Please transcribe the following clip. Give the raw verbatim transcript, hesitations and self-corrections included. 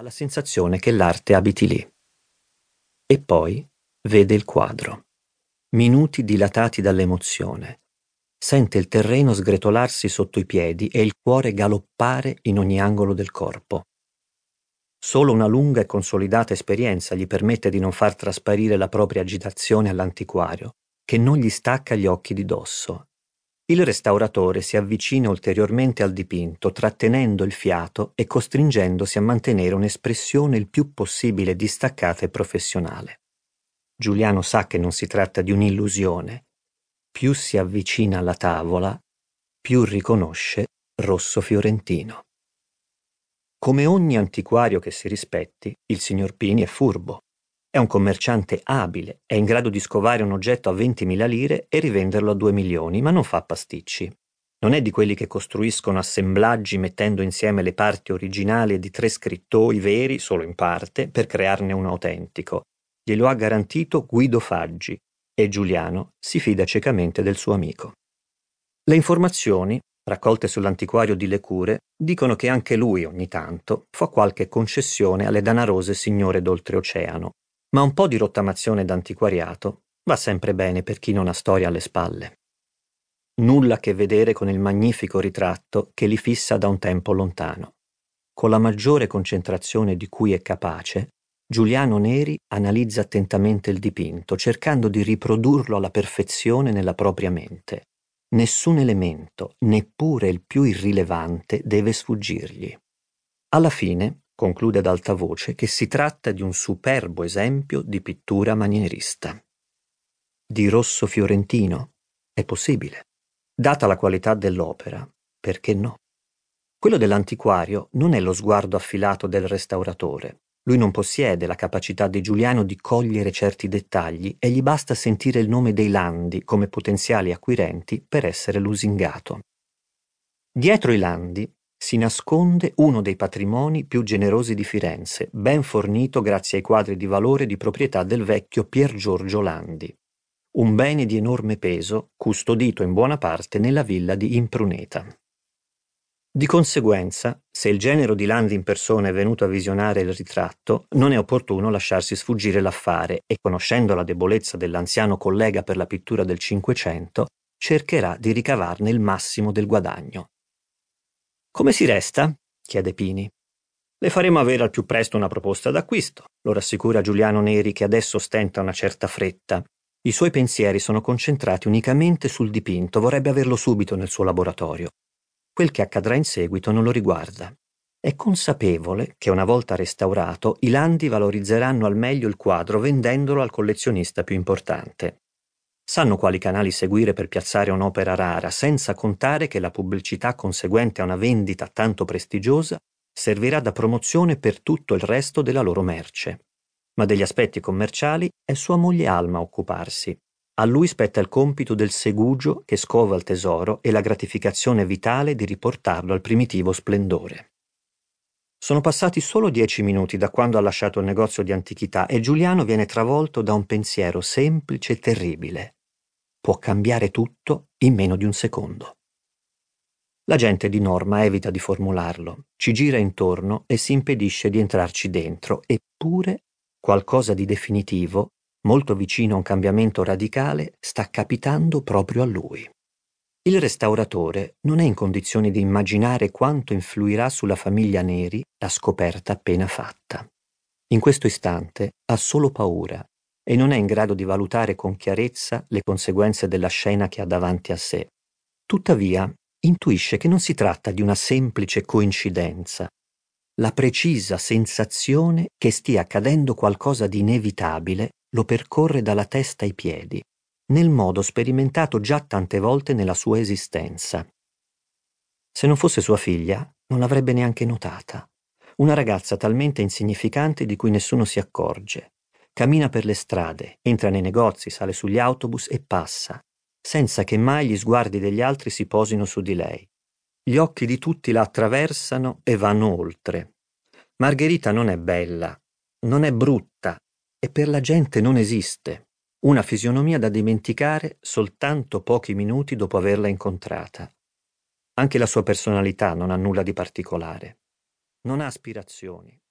la sensazione che l'arte abiti lì. E poi vede il quadro. Minuti dilatati dall'emozione. Sente il terreno sgretolarsi sotto i piedi e il cuore galoppare in ogni angolo del corpo. Solo una lunga e consolidata esperienza gli permette di non far trasparire la propria agitazione all'antiquario, che non gli stacca gli occhi di dosso. Il restauratore si avvicina ulteriormente al dipinto, trattenendo il fiato e costringendosi a mantenere un'espressione il più possibile distaccata e professionale. Giuliano sa che non si tratta di un'illusione. Più si avvicina alla tavola, più riconosce Rosso Fiorentino. Come ogni antiquario che si rispetti, il signor Pini è furbo. È un commerciante abile, è in grado di scovare un oggetto a ventimila lire e rivenderlo a due milioni, ma non fa pasticci. Non è di quelli che costruiscono assemblaggi mettendo insieme le parti originali di tre scrittoi veri, solo in parte, per crearne uno autentico. Glielo ha garantito Guido Faggi e Giuliano si fida ciecamente del suo amico. Le informazioni, raccolte sull'antiquario di Le Cure, dicono che anche lui ogni tanto fa qualche concessione alle danarose signore d'oltreoceano, ma un po' di rottamazione d'antiquariato va sempre bene per chi non ha storia alle spalle. Nulla a che vedere con il magnifico ritratto che li fissa da un tempo lontano. Con la maggiore concentrazione di cui è capace, Giuliano Neri analizza attentamente il dipinto, cercando di riprodurlo alla perfezione nella propria mente. Nessun elemento, neppure il più irrilevante, deve sfuggirgli. Alla fine conclude ad alta voce che si tratta di un superbo esempio di pittura manierista. Di Rosso Fiorentino? È possibile. Data la qualità dell'opera, perché no? Quello dell'antiquario non è lo sguardo affilato del restauratore. Lui non possiede la capacità di Giuliano di cogliere certi dettagli e gli basta sentire il nome dei Landi come potenziali acquirenti per essere lusingato. Dietro i Landi si nasconde uno dei patrimoni più generosi di Firenze, ben fornito grazie ai quadri di valore di proprietà del vecchio Pier Giorgio Landi. Un bene di enorme peso, custodito in buona parte nella villa di Impruneta. Di conseguenza, se il genero di Landi in persona è venuto a visionare il ritratto, non è opportuno lasciarsi sfuggire l'affare e, conoscendo la debolezza dell'anziano collega per la pittura del Cinquecento, cercherà di ricavarne il massimo del guadagno. «Come si resta?» chiede Pini. «Le faremo avere al più presto una proposta d'acquisto», lo rassicura Giuliano Neri, che adesso stenta una certa fretta. I suoi pensieri sono concentrati unicamente sul dipinto, vorrebbe averlo subito nel suo laboratorio. Quel che accadrà in seguito non lo riguarda. È consapevole che una volta restaurato i Landi valorizzeranno al meglio il quadro vendendolo al collezionista più importante. Sanno quali canali seguire per piazzare un'opera rara, senza contare che la pubblicità conseguente a una vendita tanto prestigiosa servirà da promozione per tutto il resto della loro merce. Ma degli aspetti commerciali è sua moglie Alma a occuparsi. A lui spetta il compito del segugio che scova il tesoro e la gratificazione vitale di riportarlo al primitivo splendore. Sono passati solo dieci minuti da quando ha lasciato il negozio di antichità e Giuliano viene travolto da un pensiero semplice e terribile. Può cambiare tutto in meno di un secondo. La gente di norma evita di formularlo, ci gira intorno e si impedisce di entrarci dentro, eppure qualcosa di definitivo, molto vicino a un cambiamento radicale, sta capitando proprio a lui. Il restauratore non è in condizioni di immaginare quanto influirà sulla famiglia Neri la scoperta appena fatta. In questo istante ha solo paura e non è in grado di valutare con chiarezza le conseguenze della scena che ha davanti a sé. Tuttavia, intuisce che non si tratta di una semplice coincidenza. La precisa sensazione che stia accadendo qualcosa di inevitabile lo percorre dalla testa ai piedi, nel modo sperimentato già tante volte nella sua esistenza. Se non fosse sua figlia, non l'avrebbe neanche notata. Una ragazza talmente insignificante di cui nessuno si accorge. Cammina per le strade, entra nei negozi, sale sugli autobus e passa, senza che mai gli sguardi degli altri si posino su di lei. Gli occhi di tutti la attraversano e vanno oltre. Margherita non è bella, non è brutta e per la gente non esiste. Una fisionomia da dimenticare soltanto pochi minuti dopo averla incontrata. Anche la sua personalità non ha nulla di particolare. Non ha aspirazioni,